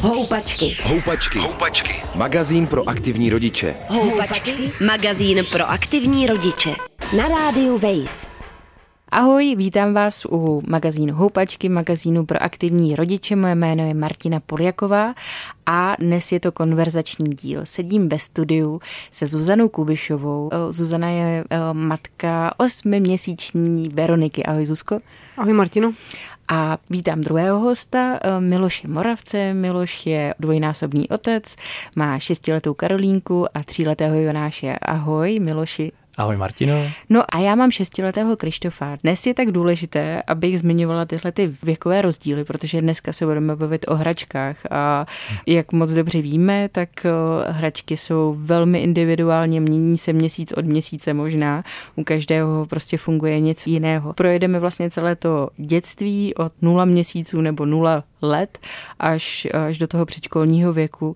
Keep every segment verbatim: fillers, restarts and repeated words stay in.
Houpačky. Houpačky. Houpačky. Magazín pro aktivní rodiče. Houpačky. Magazín pro aktivní rodiče. Na rádiu Wave. Ahoj, vítám vás u magazínu Houpačky, magazínu pro aktivní rodiče. Moje jméno je Martina Poljaková a dnes je to konverzační díl. Sedím ve studiu se Zuzanou Kubišovou. Zuzana je matka osmiměsíční Veroniky. Ahoj, Zuzko. Ahoj, Martino. A vítám druhého hosta, Miloše Moravce. Miloš je dvojnásobný otec, má šestiletou Karolínku a tříletého Jonáše. Ahoj, Miloši. Ahoj, Martino. No a já mám šestiletého Krištofa. Dnes je tak důležité, abych zmiňovala tyhle ty věkové rozdíly, protože dneska se budeme bavit o hračkách a jak moc dobře víme, tak hračky jsou velmi individuálně, mění se měsíc od měsíce možná. U každého prostě funguje něco jiného. Projedeme vlastně celé to dětství od nula měsíců nebo nula let až, až do toho předškolního věku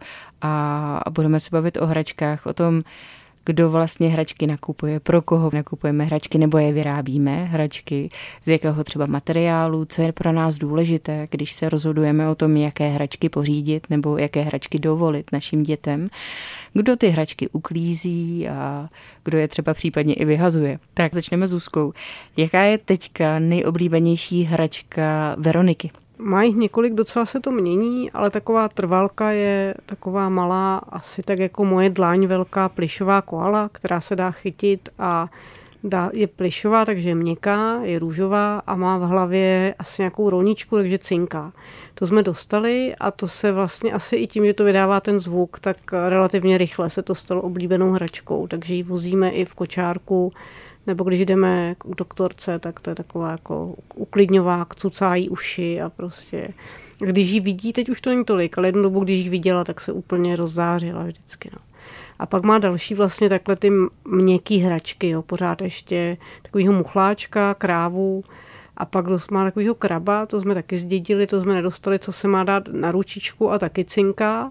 a budeme se bavit o hračkách, o tom, kdo vlastně hračky nakupuje, pro koho nakupujeme hračky nebo je vyrábíme hračky, z jakého třeba materiálu, co je pro nás důležité, když se rozhodujeme o tom, jaké hračky pořídit nebo jaké hračky dovolit našim dětem, kdo ty hračky uklízí a kdo je třeba případně i vyhazuje. Tak začneme s Zuzkou. Jaká je teďka nejoblíbenější hračka Veroniky? Mají několik, docela se to mění, ale taková trvalka je taková malá, asi tak jako moje dlaň velká plyšová koala, která se dá chytit a dá, je plyšová, takže je měkká, je růžová a má v hlavě asi nějakou roničku, takže cinká. To jsme dostali a to se vlastně asi i tím, že to vydává ten zvuk, tak relativně rychle se to stalo oblíbenou hračkou, takže ji vozíme i v kočárku. Nebo když jdeme k doktorce, tak to je taková jako uklidňovák, cucájí uši a prostě. Když ji vidí, teď už to není tolik, ale jednu dobu, když ji viděla, tak se úplně rozzářila vždycky. No. A pak má další vlastně takhle ty měkký hračky, jo, pořád ještě takovýho muchláčka, krávu a pak má takovýho kraba, to jsme taky zdědili, to jsme nedostali, co se má dát na ručičku a taky cinká.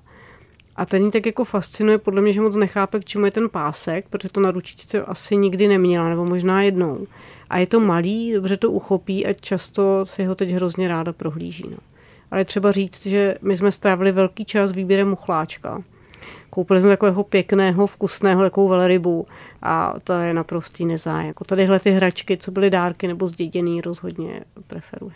A ten jí tak jako fascinuje, podle mě, že moc nechápe, k čemu je ten pásek, protože to na ručičce asi nikdy neměla, nebo možná jednou. A je to malý, dobře to uchopí a často si ho teď hrozně ráda prohlíží. No. Ale třeba říct, že my jsme strávili velký čas výběrem muchláčka. Koupili jsme takového pěkného, vkusného, takovou velrybu a to je naprostý nezájem. Jako tadyhle ty hračky, co byly dárky nebo zděděný, rozhodně preferuje.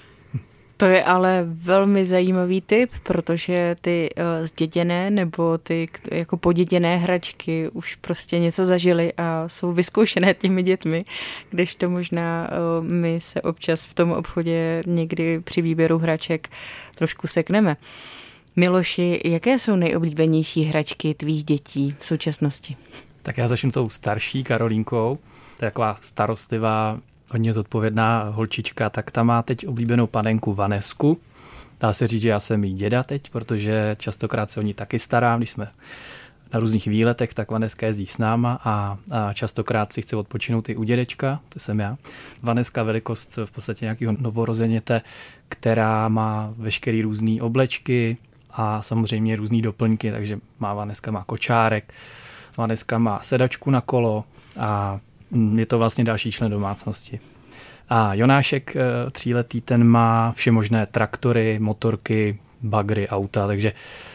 To je ale velmi zajímavý tip, protože ty uh, zděděné nebo ty jako poděděné hračky už prostě něco zažily a jsou vyzkoušené těmi dětmi, kdežto možná uh, my se občas v tom obchodě někdy při výběru hraček trošku sekneme. Miloši, jaké jsou nejoblíbenější hračky tvých dětí v současnosti? Tak já začnu tou starší Karolínkou, to je taková starostlivá, hodně zodpovědná holčička, tak ta má teď oblíbenou panenku Vanesku. Dá se říct, že já jsem jí děda teď, protože častokrát se o ní taky starám, když jsme na různých výletech, tak Vaneska jezdí s náma a, a častokrát si chce odpočinout i u dědečka, to jsem já. Vaneska velikost v podstatě nějakého novorozeněte, která má veškerý různý oblečky a samozřejmě různý doplňky, takže má Vaneska má kočárek, Vaneska má sedačku na kolo a je to vlastně další člen domácnosti. A Jonášek tříletý, ten má všemožné traktory, motorky, bagry, auta, takže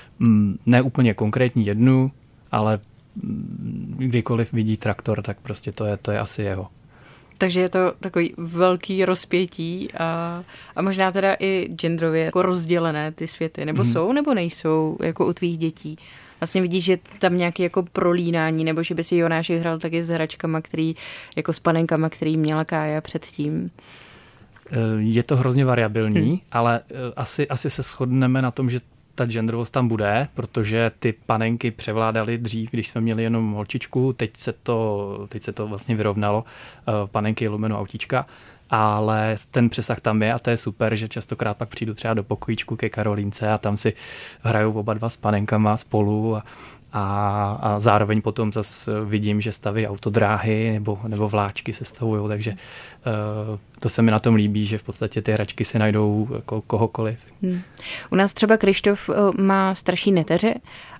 ne úplně konkrétní jednu, ale kdykoliv vidí traktor, tak prostě to je, to je asi jeho. Takže je to takový velký rozpětí a, a možná teda i genderově jako rozdělené ty světy, nebo hmm. jsou, nebo nejsou jako u tvých dětí? Vlastně vidíš, že tam nějaké jako prolínání, nebo že by si Jonášek hrál taky s hračkama, který, jako s panenkama, který měla Kája předtím? Je to hrozně variabilní, hmm. ale asi, asi se shodneme na tom, že ta genderovost tam bude, protože ty panenky převládaly dřív, když jsme měli jenom holčičku, teď se to, teď se to vlastně vyrovnalo, panenky lomeno autíčka, ale ten přesah tam je a to je super, že častokrát pak přijdu třeba do pokojíčku ke Karolínce a tam si hrajou oba dva s panenkama spolu a, A, a zároveň potom zase vidím, že staví autodráhy nebo, nebo vláčky se stavují, takže uh, to se mi na tom líbí, že v podstatě ty hračky si najdou jako kohokoliv. Hmm. U nás třeba Krištof má starší neteře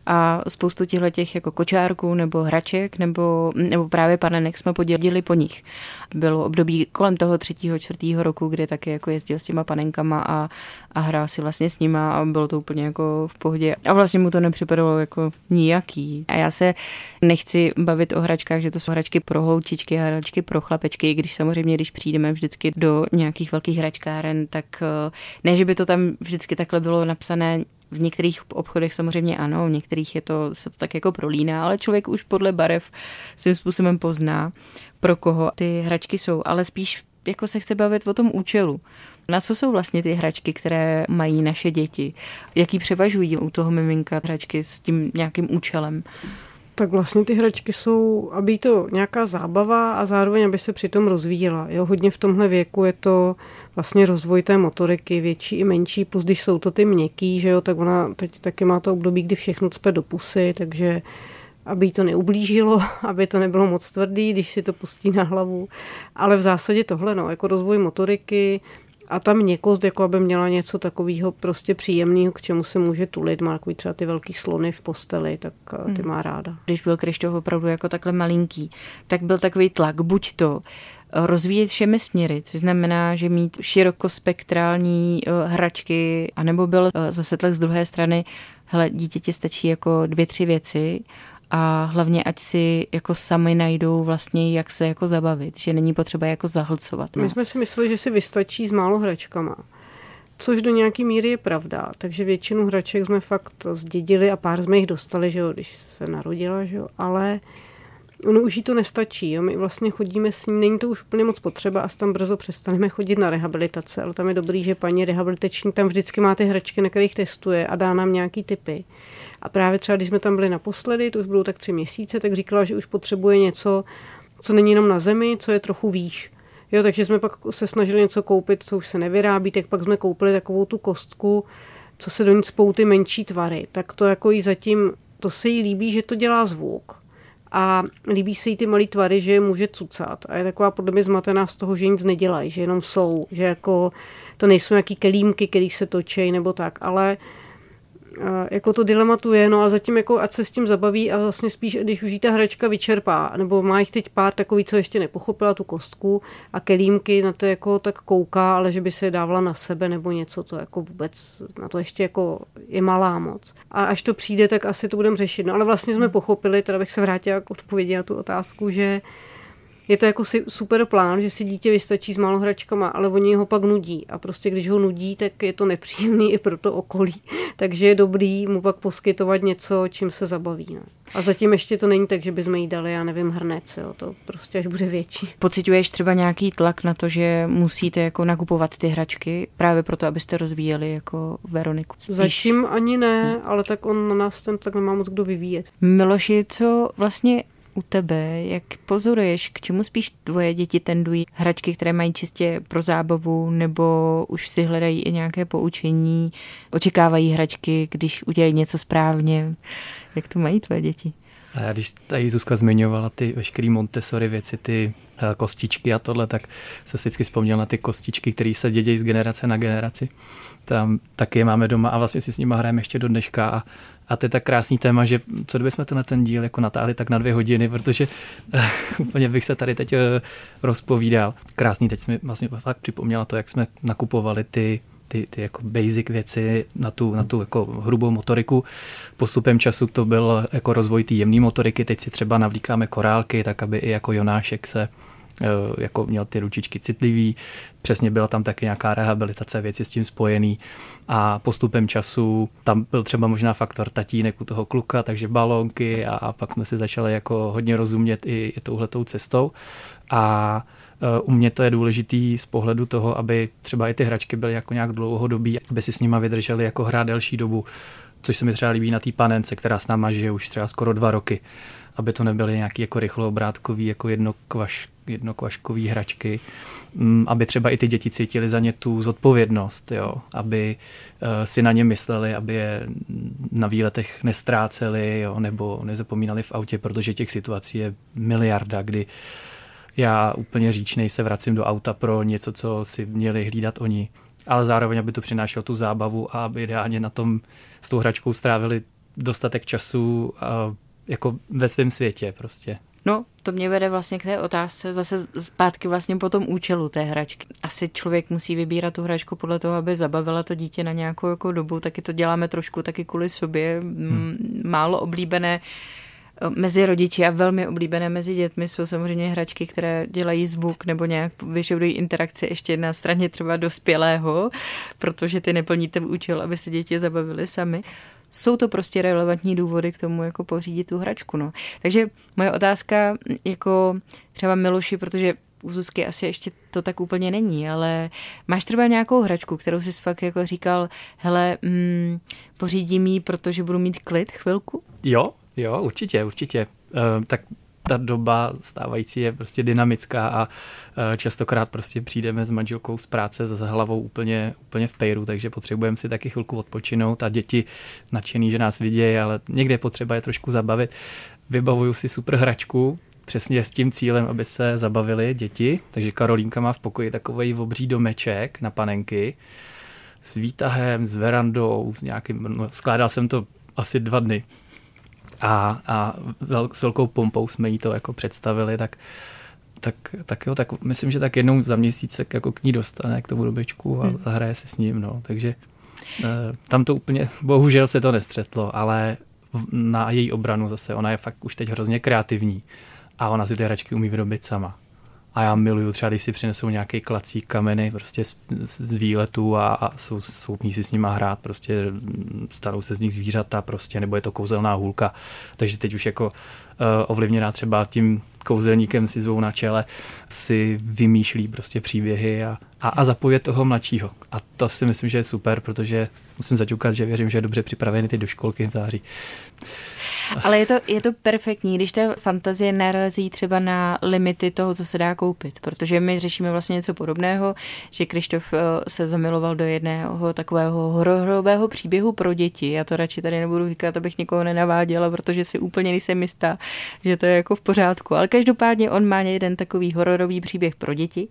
a spoustu těch jako kočárků nebo hraček nebo, nebo právě panenek jsme podělili po nich. Bylo období kolem toho třetího, čtvrtého roku, kdy taky jako jezdil s těma panenkama a, a hrál si vlastně s nima a bylo to úplně jako v pohodě. A vlastně mu to nepřipadalo jako nijaký. A já se nechci bavit o hračkách, že to jsou hračky pro holčičky a hračky pro chlapečky, když samozřejmě, když přijdeme vždycky do nějakých velkých hračkáren, tak ne, že by to tam vždycky takhle bylo napsané. V některých obchodech samozřejmě ano, v některých je to, se to tak jako prolíná, ale člověk už podle barev svým způsobem pozná, pro koho ty hračky jsou, ale spíš jako se chce bavit o tom účelu. Na co jsou vlastně ty hračky, které mají naše děti? Jaký převažují u toho miminka hračky s tím nějakým účelem? Tak vlastně ty hračky jsou, aby to nějaká zábava a zároveň, aby se přitom rozvíjela. Jo, hodně v tomhle věku je to vlastně rozvoj té motoriky, větší i menší, plus když jsou to ty měkký, že jo, tak ona teď taky má to období, kdy všechno cpe do pusy, takže aby jí to neublížilo, aby to nebylo moc tvrdý, když si to pustí na hlavu. Ale v zásadě tohle, no, jako rozvoj motoriky a ta měkkost, jako aby měla něco takového prostě příjemného, k čemu se může tulit. Má takový třeba ty velký slony v posteli, tak ty má ráda. Když byl Krištof opravdu jako takhle malinký, tak byl takový tlak, buď to rozvíjet všemi směry, což znamená, že mít širokospektrální hračky, anebo byl zase tlak z druhé strany, hele, dítěti stačí jako dvě, tři věci a hlavně ať si jako sami najdou vlastně, jak se jako zabavit, že není potřeba jako zahlcovat. My jsme si mysleli, že si vystačí s málo hračkama, což do nějaký míry je pravda, takže většinu hraček jsme fakt zdědili a pár jsme jich dostali, že jo, když se narodila, že jo, ale ono už jí to nestačí, jo? My vlastně chodíme s ní, není to už úplně moc potřeba a tam brzo přestaneme chodit na rehabilitace, ale tam je dobrý, že paní rehabilitační tam vždycky má ty hračky, na kterých testuje a dá nám nějaký tipy. A právě třeba, když jsme tam byli naposledy, to už bylo tak tři měsíce, tak říkala, že už potřebuje něco, co není jenom na zemi, co je trochu výš. Jo, takže jsme pak se snažili něco koupit, co už se nevyrábí, tak pak jsme koupili takovou tu kostku, co se do ní spou ty menší tvary. Tak to jako jí zatím, to se jí líbí, že to dělá zvuk. A líbí se jí ty malý tvary, že je může cucat. A je taková podle mě zmatená z toho, že nic nedělají, že jenom jsou. Že jako to nejsou nějaký kelímky, který se točí nebo tak, ale jako to dilema tu je, no a zatím jako ať se s tím zabaví a vlastně spíš, když už jí ta hračka vyčerpá, nebo má jich teď pár takový, co ještě nepochopila tu kostku a kelímky na to jako tak kouká, ale že by se dávala na sebe nebo něco, to jako vůbec, na to ještě jako je malá moc. A až to přijde, tak asi to budeme řešit. No ale vlastně jsme pochopili, teda bych se vrátila k odpovědi na tu otázku, že je to jako super plán, že si dítě vystačí s málo hračkama, ale oni ho pak nudí. A prostě když ho nudí, tak je to nepříjemný i pro to okolí. Takže je dobrý mu pak poskytovat něco, čím se zabaví. No. A zatím ještě to není tak, že bychom jí dali, já nevím, hrnec, jo, to prostě až bude větší. Pociťuješ třeba nějaký tlak na to, že musíte jako nakupovat ty hračky právě proto, abyste rozvíjeli jako Veroniku? Spíš... Zatím ani ne, ale tak on na nás ten tlak nemá moc kdo vyvíjet. Miloši, co vlastně u tebe, jak pozoruješ, k čemu spíš tvoje děti tendují? Hračky, které mají čistě pro zábavu, nebo už si hledají i nějaké poučení, očekávají hračky, když udělají něco správně? Jak to mají tvoje děti? A když tady Zuzka zmiňovala ty veškerý Montessori věci, ty kostičky a tohle, tak se vždycky vzpomněl na ty kostičky, které se dědějí z generace na generaci. Tam taky je máme doma a vlastně si s nimi hrajeme ještě do dneška a, a to je tak krásný téma, že co kdybychom tenhle ten díl jako natáhli tak na dvě hodiny, protože uh, úplně bych se tady teď uh, rozpovídal. Krásný, teď jsme vlastně fakt připomněla to, jak jsme nakupovali ty Ty, ty jako basic věci na tu, na tu jako hrubou motoriku. Postupem času to byl jako rozvoj té jemné motoriky. Teď si třeba navlíkáme korálky, tak aby i jako Jonášek se jako měl ty ručičky citlivý. Přesně byla tam taky nějaká rehabilitace, věci s tím spojený. A postupem času tam byl třeba možná faktor tatínek u toho kluka, takže balónky a, a pak jsme si začali jako hodně rozumět i, i touhletou cestou. A u mě to je důležitý z pohledu toho, aby třeba i ty hračky byly jako nějak dlouhodobý, aby si s nima vydrželi jako hrát delší dobu, což se mi třeba líbí na té panence, která s náma žije už třeba skoro dva roky, aby to nebyly nějaký jako rychloobrátkový, jako jednokvaš, jednokvaškový hračky, aby třeba i ty děti cítili za ně tu zodpovědnost, jo? Aby si na ně mysleli, aby je na výletech nestráceli, jo, nebo nezapomínali v autě, protože těch situací je miliarda, kdy já úplně říčnej se vracím do auta pro něco, co si měli hlídat oni. Ale zároveň, aby to přinášelo tu zábavu a aby ideálně na tom s tou hračkou strávili dostatek času a jako ve svém světě prostě. No, to mě vede vlastně k té otázce zase zpátky vlastně po tom účelu té hračky. Asi člověk musí vybírat tu hračku podle toho, aby zabavila to dítě na nějakou jako dobu, taky to děláme trošku taky kvůli sobě. Hmm. Málo oblíbené mezi rodiči a velmi oblíbené mezi dětmi jsou samozřejmě hračky, které dělají zvuk nebo nějak vyžadují interakci ještě na straně třeba dospělého, protože ty neplní ten účel, aby se děti zabavily sami. Jsou to prostě relevantní důvody k tomu, jako pořídit tu hračku. No. Takže moje otázka, jako třeba Miloši, protože u Zuzky asi ještě to tak úplně není, ale máš třeba nějakou hračku, kterou jsi fakt jako říkal, hele, mm, pořídím ji, protože budu mít klid chvilku? Jo, jo, určitě, určitě. Uh, tak ta doba stávající je prostě dynamická a častokrát prostě přijdeme s manželkou z práce za hlavou úplně, úplně v pejru, takže potřebujeme si taky chvilku odpočinout a děti nadšený, že nás vidějí, ale někde je potřeba je trošku zabavit. Vybavuju si super hračku, přesně s tím cílem, aby se zabavili děti, takže Karolínka má v pokoji takovej obří domeček na panenky s výtahem, s verandou, s nějakým, no, skládal jsem to asi dva dny. A, a vel, s velkou pompou jsme jí to jako představili, tak, tak, tak jo, tak myslím, že tak jednou za měsíc se jako k ní dostane, k tomu domečku a hmm. zahraje se s ním, no, takže e, tam to úplně, bohužel se to nestřetlo, ale v, na její obranu zase, ona je fakt už teď hrozně kreativní a ona si ty hračky umí vyrobit sama. A já miluju třeba, když si přinesou nějaký klací kameny prostě z, z výletu a, a jsou schopní si s nima hrát, prostě stanou se z nich zvířata prostě, nebo je to kouzelná hůlka. Takže teď už jako uh, ovlivněná třeba tím kouzelníkem si zvou na čele, si vymýšlí prostě příběhy a, a, a zapovět toho mladšího. A to si myslím, že je super, protože musím zaťukat, že věřím, že je dobře připravený ty do školky v září. Ale je to, je to perfektní, když ta fantazie narazí třeba na limity toho, co se dá koupit, protože my řešíme vlastně něco podobného, že Krištof se zamiloval do jedného takového hororového příběhu pro děti. Já to radši tady nebudu říkat, abych někoho nenaváděla, protože si úplně nejsem jistá, že to je jako v pořádku. Ale každopádně on má jeden takový hororový příběh pro děti,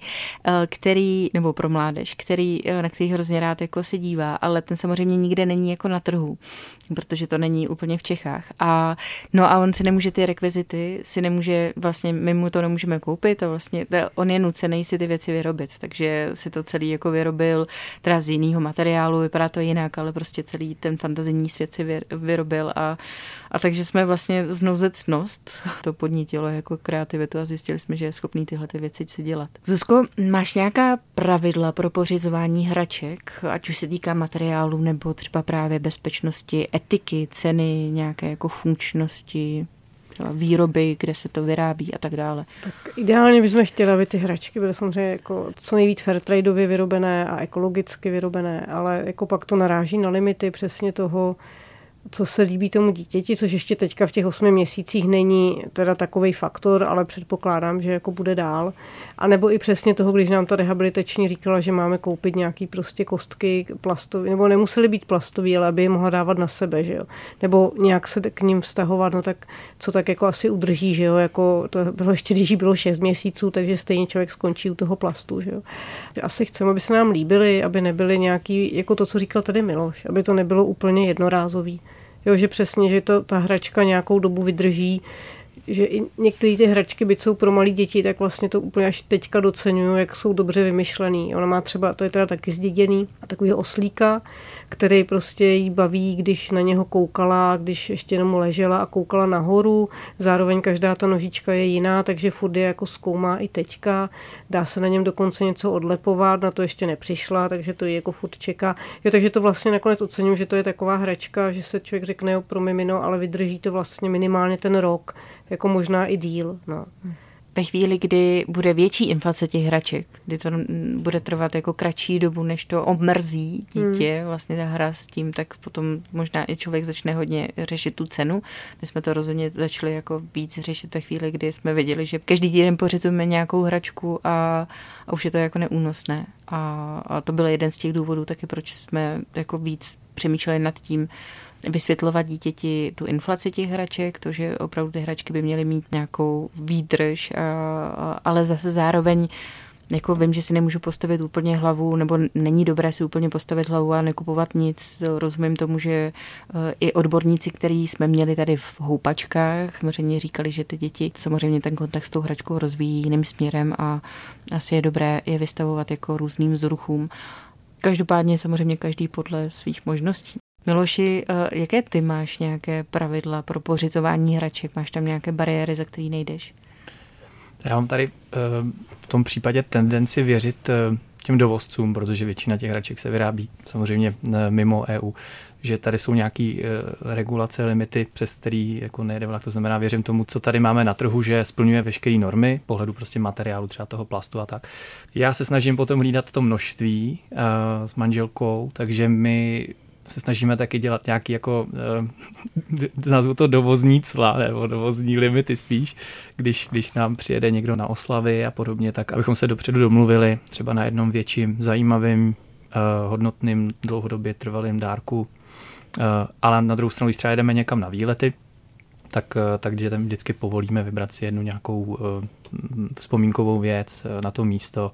který, nebo pro mládež, který, na který hrozně rád jako se dívá, ale ten samozřejmě nikde není jako na trhu, protože to není úplně v Čechách. A no a on si nemůže ty rekvizity, si nemůže, vlastně my mu to nemůžeme koupit a vlastně on je nucený si ty věci vyrobit, takže si to celý jako vyrobil, teda z jiného materiálu, vypadá to jinak, ale prostě celý ten fantazijní svět si vyrobil a, a takže jsme vlastně znouzecnost to podnítilo jako kreativitu a zjistili jsme, že je schopný tyhle ty věci si dělat. Zuzko, máš nějaká pravidla pro pořizování hraček, ať už se týká materiálu nebo třeba právě bezpečnosti, etiky, ceny, nějaké jako funkčnosti, výroby, kde se to vyrábí a tak dále? Tak ideálně bychom chtěli, aby ty hračky byly samozřejmě jako co nejvíc fairtradeově vyrobené a ekologicky vyrobené, ale jako pak to naráží na limity přesně toho, co se líbí tomu dítěti, což ještě teďka v těch osmi měsících není teda takovej faktor, ale předpokládám, že jako bude dál. A nebo i přesně toho, když nám ta rehabilitační říkala, že máme koupit nějaký prostě kostky plastový, nebo nemusely být plastový, ale aby je mohla dávat na sebe, že jo. Nebo nějak se k ním vztahovat, no tak co tak jako asi udrží, že jo, jako to bylo ještě, když jí bylo šest měsíců, takže stejně člověk skončí u toho plastu, že jo. Asi chceme, aby se nám líbily, aby nebyly nějaký, jako to, co říkal tady Miloš, aby to nebylo úplně jednorázový. Jo, že přesně, že to, ta hračka nějakou dobu vydrží, že i některé ty hračky, byť jsou pro malé děti, tak vlastně to úplně až teďka doceňuju, jak jsou dobře vymyšlený. Ona má třeba, to je teda taky zděděný, a takový oslíka, který prostě jí baví, když na něho koukala, když ještě jenom ležela a koukala nahoru. Zároveň každá ta nožička je jiná, takže furt je jako zkoumá i teďka. Dá se na něm dokonce něco odlepovat, na to ještě nepřišla, takže to ji jako furt čeká. Jo, takže to vlastně nakonec oceňuji, že to je taková hračka, že se člověk řekne, jo, pro mimino, ale vydrží to vlastně minimálně ten rok, jako možná i díl. No. Ve chvíli, kdy bude větší inflace těch hraček, kdy to bude trvat jako kratší dobu, než to omrzí dítě, hmm. vlastně ta hra s tím, tak potom možná i člověk začne hodně řešit tu cenu. My jsme to rozhodně začali jako víc řešit ve chvíli, kdy jsme viděli, že každý týden pořizujeme nějakou hračku a, a už je to jako neúnosné. A, a to byl jeden z těch důvodů taky, proč jsme jako víc přemýšleli nad tím, vysvětlovat dítěti tu inflaci těch hraček, to, že opravdu ty hračky by měly mít nějakou výdrž, a, a, ale zase zároveň jako vím, že si nemůžu postavit úplně hlavu, nebo není dobré si úplně postavit hlavu a nekupovat nic. Rozumím tomu, že i odborníci, který jsme měli tady v houpačkách, samozřejmě říkali, že ty děti samozřejmě ten kontakt s tou hračkou rozvíjí jiným směrem a asi je dobré je vystavovat jako různým vzruchům. Každopádně samozřejmě každý podle svých možností. Miloši, jaké ty máš nějaké pravidla pro pořizování hraček? Máš tam nějaké bariéry, za který nejdeš? Já mám tady v tom případě tendenci věřit těm dovozcům, protože většina těch hraček se vyrábí samozřejmě mimo E U, že tady jsou nějaký regulace, limity, přes který jako nejde vlak, to znamená věřím tomu, co tady máme na trhu, že splňuje veškeré normy, pohledu prostě materiálu, třeba toho plastu a tak. Já se snažím potom hlídat to množství uh, s manželkou, takže my se snažíme taky dělat nějaký jako, uh, nazvu to dovozní cla, nebo dovozní limity spíš, když, když nám přijede někdo na oslavy a podobně, tak abychom se dopředu domluvili třeba na jednom větším, zajímavým, uh, hodnotným, dlouhodobě trvalým dárku. Uh, ale na druhou stranu, když třeba jedeme někam na výlety, tak, uh, tak dětem vždycky povolíme vybrat si jednu nějakou uh, vzpomínkovou věc uh, na to místo.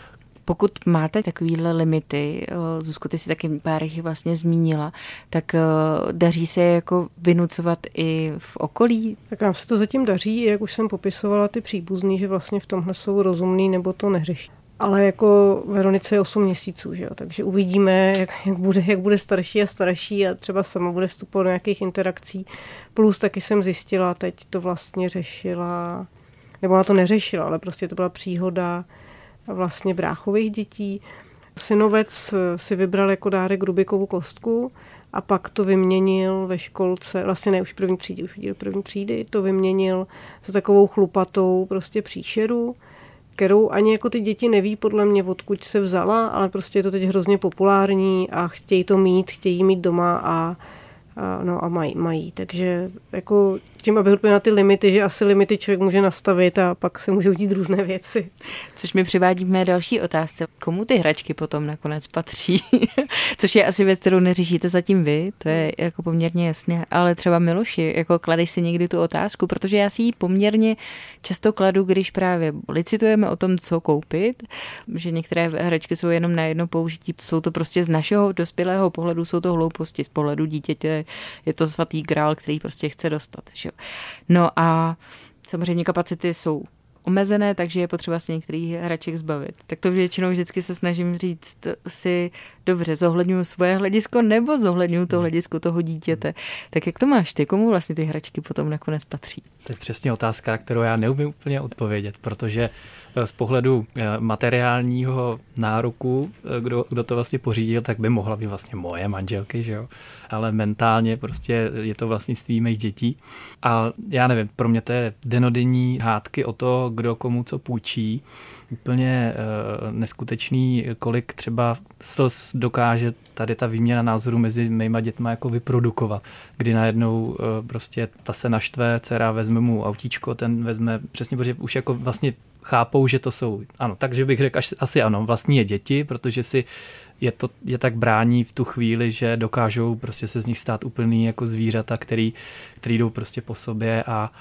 Pokud máte takovýhle limity, Zuzko, ty si taky pár jich vlastně zmínila, tak daří se jako vynucovat i v okolí? Tak nám se to zatím daří, jak už jsem popisovala ty příbuzný, že vlastně v tomhle jsou rozumný nebo to neřeší. Ale jako Veronice je osm měsíců, že jo? Takže uvidíme, jak, jak, bude, jak bude starší a starší a třeba sama bude vstupovat do nějakých interakcí. Plus taky jsem zjistila, teď to vlastně řešila, nebo ona to neřešila, ale prostě to byla příhoda vlastně bráchových dětí. Synovec si vybral jako dárek Rubikovu kostku a pak to vyměnil ve školce, vlastně ne už první třídy, už viděl první třídy, to vyměnil za takovou chlupatou prostě příšeru, kterou ani jako ty děti neví podle mě, odkud se vzala, ale prostě je to teď hrozně populární a chtějí to mít, chtějí mít doma a A, no a mají, mají, takže jako tím, aby hodně na ty limity, že asi limity člověk může nastavit a pak se můžou dít různé věci. Což mi přivádí k mé další otázce. Komu ty hračky potom nakonec patří? Což je asi věc, kterou neřešíte zatím vy, to je jako poměrně jasné, ale třeba Miloši, jako kladeš si někdy tu otázku, protože já si ji poměrně často kladu, když právě licitujeme o tom, co koupit, že některé hračky jsou jenom na jedno použití, jsou to prostě z našeho dospělého pohledu, jsou to hlouposti, z pohledu dítěte je to svatý grál, který prostě chce dostat. Že? No a samozřejmě kapacity jsou omezené, takže je potřeba si některých hraček zbavit. Tak to většinou vždycky se snažím říct si, dobře, zohledňuji svoje hledisko nebo zohledňuji to hledisko toho dítěte. Tak jak to máš ty? Komu vlastně ty hračky potom nakonec patří? To je přesně otázka, kterou já neumím úplně odpovědět, protože z pohledu materiálního nároku, kdo, kdo to vlastně pořídil, tak by mohla být vlastně moje manželky, že jo? Ale mentálně prostě je to vlastnictví mých dětí. A já nevím, pro mě to je denodenní hádky o to, kdo komu co půjčí. Úplně uh, neskutečný, kolik třeba slz dokáže tady ta výměna názorů mezi mýma dětma jako vyprodukovat, kdy najednou uh, prostě ta se naštve, dcera vezme mu autíčko, ten vezme přesně, protože už jako vlastně chápou, že to jsou, ano, takže bych řekl asi ano, vlastní je děti, protože si je to je tak brání v tu chvíli, že dokážou prostě se z nich stát úplný jako zvířata, který, který jdou prostě po sobě a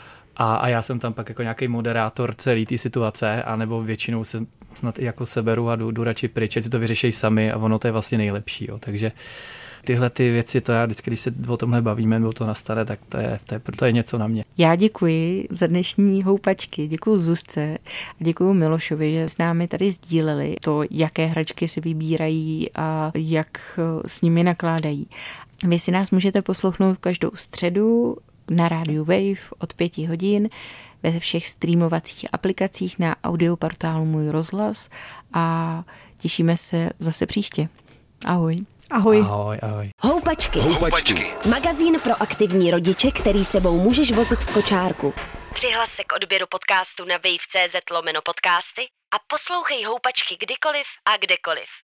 A, a já jsem tam pak jako nějaký moderátor celé té situace, anebo většinou se snad i jako seberu a jdu, jdu radši pryč, si to vyřešejí sami a ono to je vlastně nejlepší. Jo. Takže tyhle ty věci, to já vždycky, když se o tomhle bavíme, nebo to nastane, tak to je, to je, to je něco na mě. Já děkuji za dnešní houpačky, děkuji Zuzce a děkuji Milošovi, že s námi tady sdíleli to, jaké hračky si vybírají a jak s nimi nakládají. Vy si nás můžete poslouchnout každou středu na rádiu Wave od pěti hodin ve všech streamovacích aplikacích na audioportálu Můj rozhlas a těšíme se zase příště. Ahoj. Ahoj. Ahoj, ahoj. Houpačky. Houpačky. Magazín pro aktivní rodiče, který sebou můžeš vozit v kočárku. Přihlas se k odběru podcastu na wave tečka cz lomeno podcasty a poslouchej Houpačky kdykoliv a kdekoliv.